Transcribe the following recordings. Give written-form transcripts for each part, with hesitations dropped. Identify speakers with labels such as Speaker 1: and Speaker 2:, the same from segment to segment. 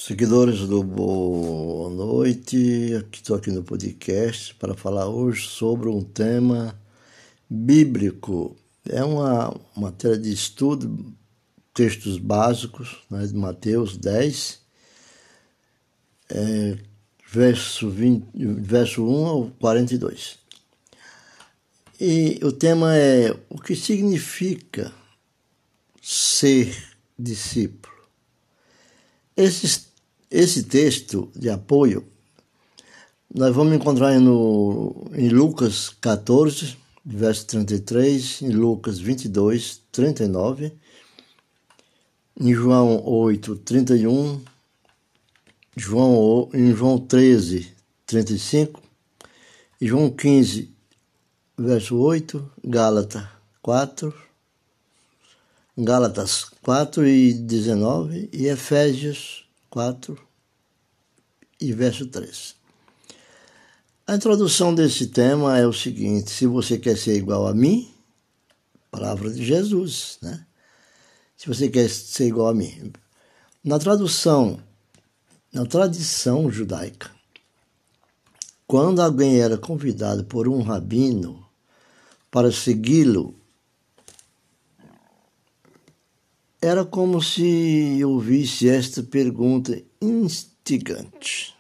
Speaker 1: Seguidores do Boa Noite, estou aqui no podcast para falar hoje sobre um tema bíblico. É uma matéria de estudo, textos básicos, né, de Mateus 10, verso 1 ao 42. E o tema é o que significa ser discípulo. Esse texto de apoio nós vamos encontrar em Lucas 14, verso 33, em Lucas 22, 39, em João 8, 31, em João 13, 35, e João 15, verso 8, Gálatas 4 e 19 e Efésios 4 e verso 3. A introdução desse tema é o seguinte: se você quer ser igual a mim, palavra de Jesus, né? Se você quer ser igual a mim. Na tradição judaica, quando alguém era convidado por um rabino para segui-lo, era como se ouvisse esta pergunta instigante.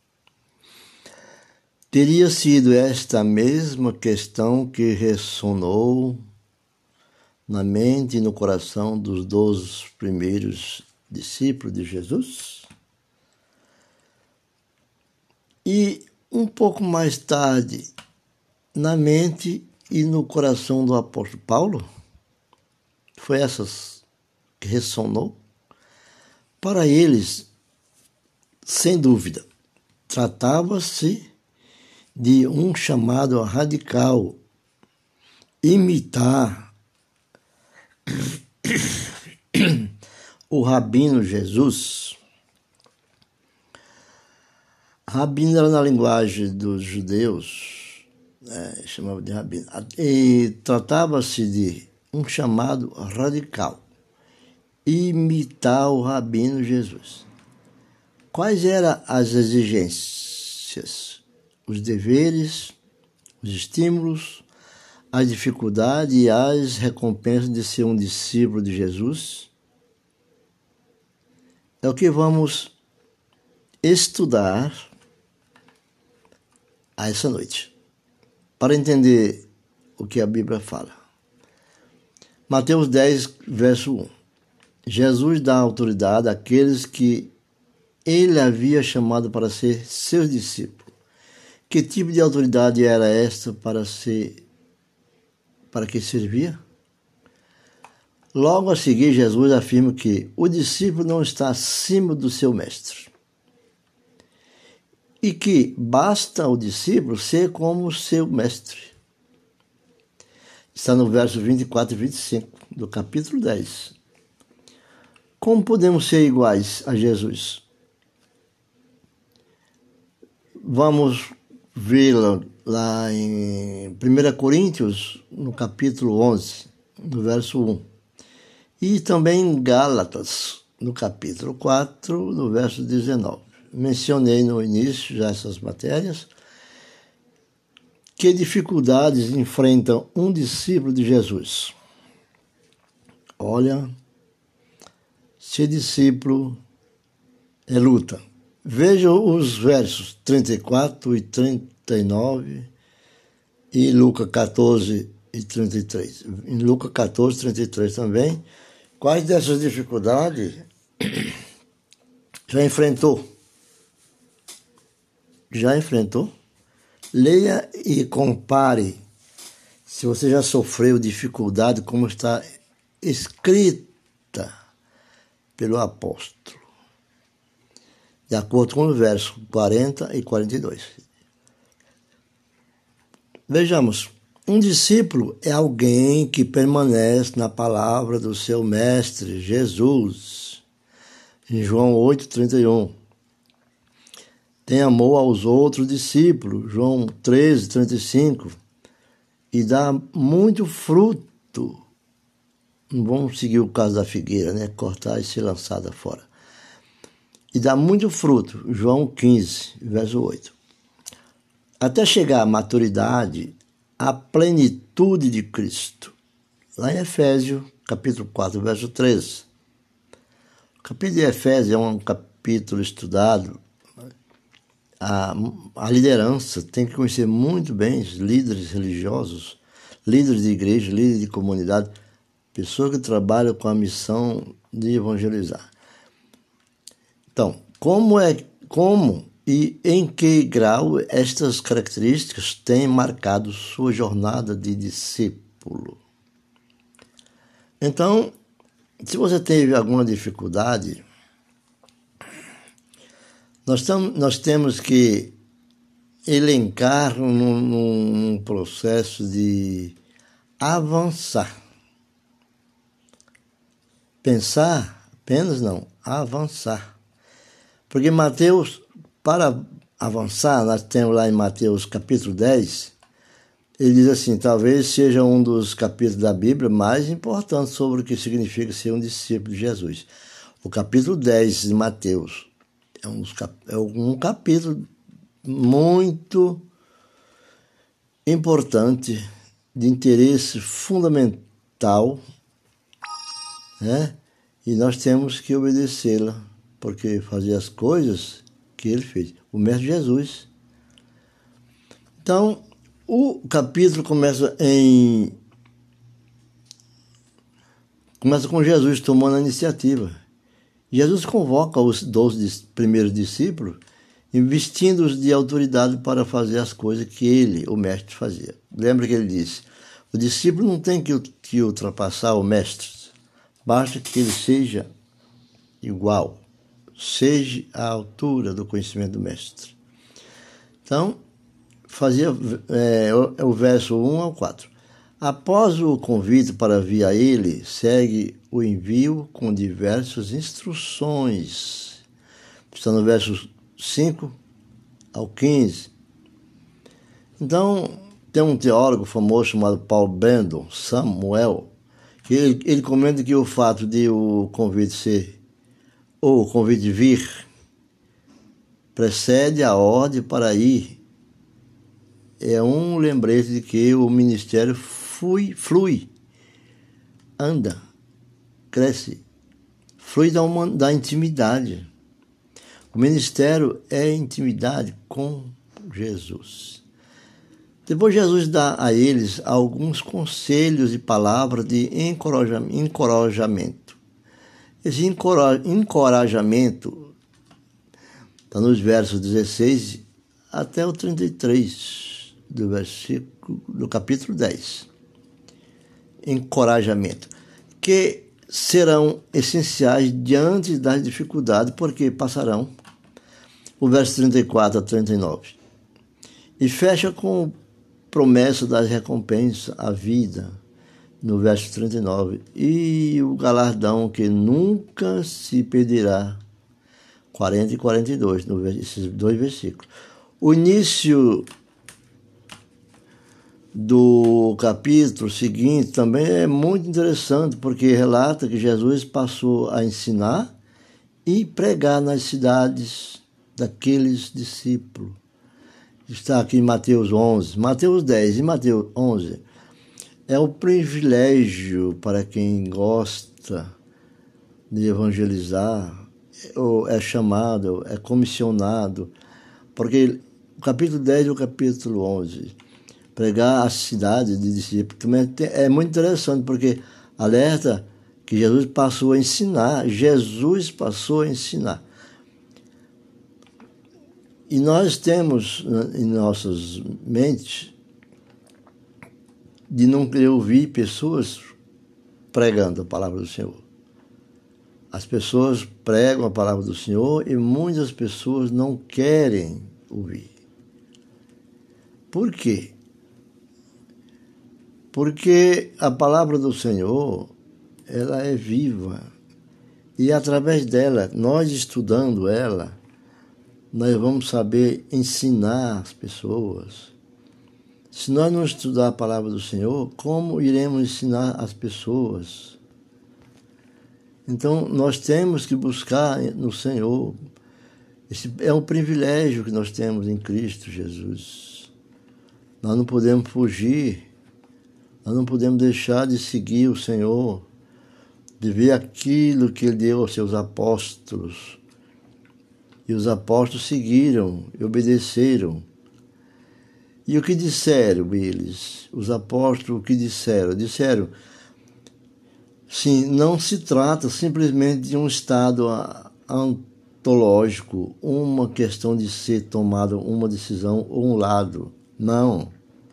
Speaker 1: Teria sido esta mesma questão que ressonou na mente e no coração dos 12 primeiros discípulos de Jesus? E um pouco mais tarde, na mente e no coração do apóstolo Paulo? Foi essas que ressonou? Para eles, sem dúvida, tratava-se de um chamado radical, imitar o Rabino Jesus. Rabino era na linguagem dos judeus, chamava de rabino, e tratava-se de um chamado radical, imitar o Rabino Jesus. Quais eram as exigências, os deveres, os estímulos, as dificuldades e as recompensas de ser um discípulo de Jesus? É o que vamos estudar essa noite, para entender o que a Bíblia fala. Mateus 10, verso 1. Jesus dá autoridade àqueles que ele havia chamado para ser seus discípulos. Que tipo de autoridade era esta para que servia? Logo a seguir, Jesus afirma que o discípulo não está acima do seu mestre e que basta o discípulo ser como seu mestre. Está no verso 24 e 25 do capítulo 10. Como podemos ser iguais a Jesus? Vamos vê-la lá em 1 Coríntios, no capítulo 11, no verso 1. E também em Gálatas, no capítulo 4, no verso 19. Mencionei no início já essas matérias. Que dificuldades enfrentam um discípulo de Jesus? Olha, ser discípulo é luta. Veja os versos 34 e 39 e Lucas 14 e 33. Em Lucas 14, 33 também. Quais dessas dificuldades já enfrentou? Já enfrentou? Leia e compare se você já sofreu dificuldade, como está escrita pelo apóstolo, de acordo com o verso 40 e 42. Vejamos, um discípulo é alguém que permanece na palavra do seu mestre, Jesus. Em João 8, 31. Tem amor aos outros discípulos, João 13, 35. E dá muito fruto. Não vamos seguir o caso da figueira, né? Cortar e ser lançada fora. e dá muito fruto. João 15, verso 8. Até chegar à maturidade, à plenitude de Cristo. Lá em Efésios, capítulo 4, verso 13. O capítulo de Efésios é um capítulo estudado. A liderança tem que conhecer muito bem os líderes religiosos, líderes de igreja, líderes de comunidade, pessoas que trabalham com a missão de evangelizar. Então, como e em que grau estas características têm marcado sua jornada de discípulo? Então, se você teve alguma dificuldade, nós temos que elencar num processo de avançar. Pensar apenas não, avançar. Porque Mateus, para avançar, nós temos lá em Mateus capítulo 10, ele diz assim, talvez seja um dos capítulos da Bíblia mais importantes sobre o que significa ser um discípulo de Jesus. O capítulo 10 de Mateus é um capítulo muito importante, de interesse fundamental, né? E nós temos que obedecê-la, porque fazer as coisas que ele fez. O Mestre Jesus. Então, o capítulo começa com Jesus tomando a iniciativa. Jesus convoca os 12 primeiros discípulos, investindo-os de autoridade para fazer as coisas que ele, o Mestre, fazia. Lembra que ele disse, o discípulo não tem que ultrapassar o Mestre, basta que ele seja igual, seja à altura do conhecimento do Mestre. Então, fazia o verso 1 ao 4. Após o convite para vir a ele, segue o envio com diversas instruções. Está no verso 5 ao 15. Então, tem um teólogo famoso chamado Paul Brandon, Samuel, que ele comenta que o fato de o convite ser, ou o convite vir, precede a ordem para ir. É um lembrete de que o ministério flui, anda, cresce, flui da intimidade. O ministério é intimidade com Jesus. Depois Jesus dá a eles alguns conselhos e palavras de encorajamento. Esse encorajamento está nos versos 16 até o 33 do capítulo 10. Encorajamento, que serão essenciais diante das dificuldades, porque passarão. O verso 34 a 39. E fecha com promessa das recompensas à vida, no verso 39, e o galardão que nunca se pedirá, 40 e 42, esses dois versículos. O início do capítulo seguinte também é muito interessante, porque relata que Jesus passou a ensinar e pregar nas cidades daqueles discípulos. Está aqui em Mateus 11, Mateus 10 e Mateus 11. É o privilégio para quem gosta de evangelizar, é chamado, é comissionado, porque o capítulo 10 e o capítulo 11, pregar a cidade de discípulos, também é muito interessante, porque alerta que Jesus passou a ensinar, E nós temos em nossas mentes de não querer ouvir pessoas pregando a palavra do Senhor. As pessoas pregam a palavra do Senhor e muitas pessoas não querem ouvir. Por quê? Porque a palavra do Senhor, ela é viva. E através dela, nós estudando ela, nós vamos saber ensinar as pessoas. Se nós não estudar a palavra do Senhor, como iremos ensinar as pessoas? Então, nós temos que buscar no Senhor Esse é um privilégio que nós temos em Cristo Jesus. Nós não podemos fugir, nós não podemos deixar de seguir o Senhor, de ver aquilo que Ele deu aos seus apóstolos. E os apóstolos seguiram e obedeceram. E o que disseram eles? Os apóstolos, o que disseram? Disseram, sim, não se trata simplesmente de um estado ontológico, uma questão de ser tomada uma decisão ou um lado. Não.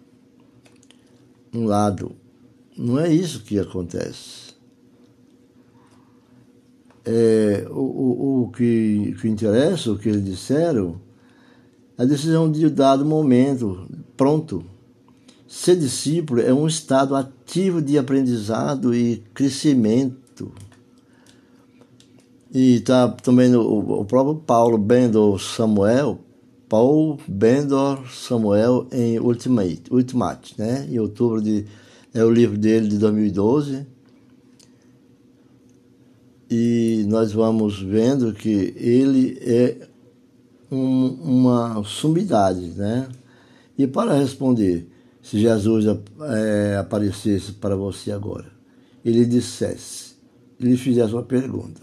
Speaker 1: Um lado. Não é isso que acontece. O que interessa, o que eles disseram, a decisão de dado momento, pronto. Ser discípulo é um estado ativo de aprendizado e crescimento. E está também o próprio Paul Bendor Samuel em Ultimate, né? Em outubro é o livro dele de 2012. E nós vamos vendo que ele é uma sumidade, né? E para responder, se Jesus aparecesse para você agora, ele fizesse uma pergunta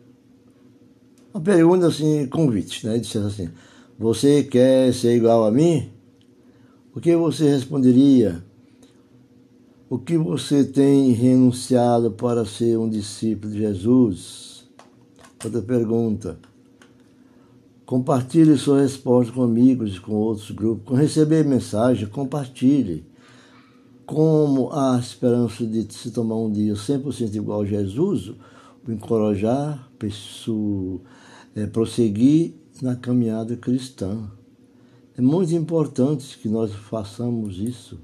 Speaker 1: assim, convite, né? Ele dissesse assim, você quer ser igual a mim? O que você responderia? O que você tem renunciado para ser um discípulo de Jesus? Outra pergunta. Compartilhe sua resposta com amigos e com outros grupos. Quando receber mensagem, compartilhe. Como há esperança de se tomar um dia 100% igual a Jesus, o encorajar, prosseguir na caminhada cristã. É muito importante que nós façamos isso.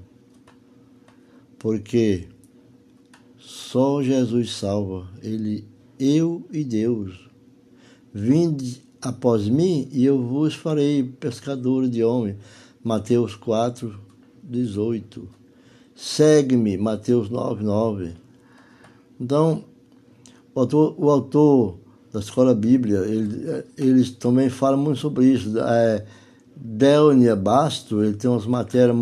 Speaker 1: Porque só Jesus salva, eu e Deus. Vinde após mim e eu vos farei pescadores de homens. Mateus 4:18. Segue-me, Mateus 9:9. Então, o autor da Escola Bíblia, eles também falam muito sobre isso. Delnia Basto, ele tem umas matérias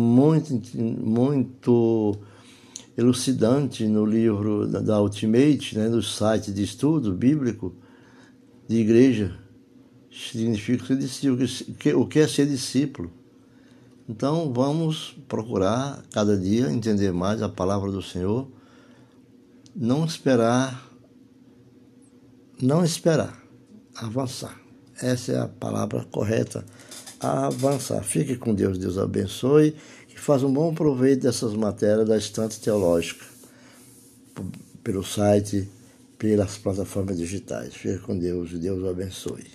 Speaker 1: muito elucidante no livro da Ultimate, né, no site de estudo bíblico de igreja, significa ser discípulo. O que é ser discípulo? Então vamos procurar cada dia entender mais a palavra do Senhor, não esperar, avançar. Essa é a palavra correta, avançar. Fique com Deus, Deus abençoe. E faça um bom proveito dessas matérias da Estante Teológica, pelo site, pelas plataformas digitais. Fique com Deus e Deus o abençoe.